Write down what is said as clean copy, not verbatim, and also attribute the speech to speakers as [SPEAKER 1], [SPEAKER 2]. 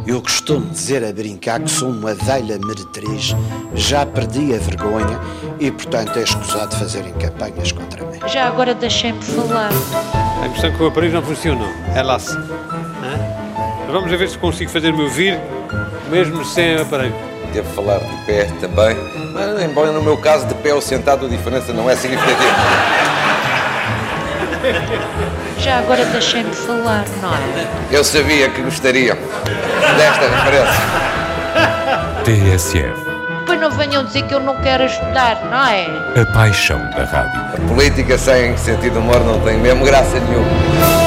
[SPEAKER 1] Eu costumo dizer a brincar que sou uma velha meretriz, já perdi a vergonha e, portanto, é escusado fazerem campanhas contra mim.
[SPEAKER 2] Já agora deixem-me falar.
[SPEAKER 3] A impressão que o aparelho não funciona. É lá. Vamos ver se consigo fazer-me ouvir, mesmo sem aparelho.
[SPEAKER 4] Devo falar de pé também, mas embora no meu caso de pé ou sentado a diferença não é significativa.
[SPEAKER 2] Já agora deixem-me falar, não é?
[SPEAKER 4] Eu sabia que gostaria desta referência.
[SPEAKER 5] TSF.
[SPEAKER 2] Depois não venham dizer que eu não quero estudar, não é?
[SPEAKER 5] A paixão da rádio.
[SPEAKER 4] A política sem sentido de humor não tem mesmo graça nenhuma.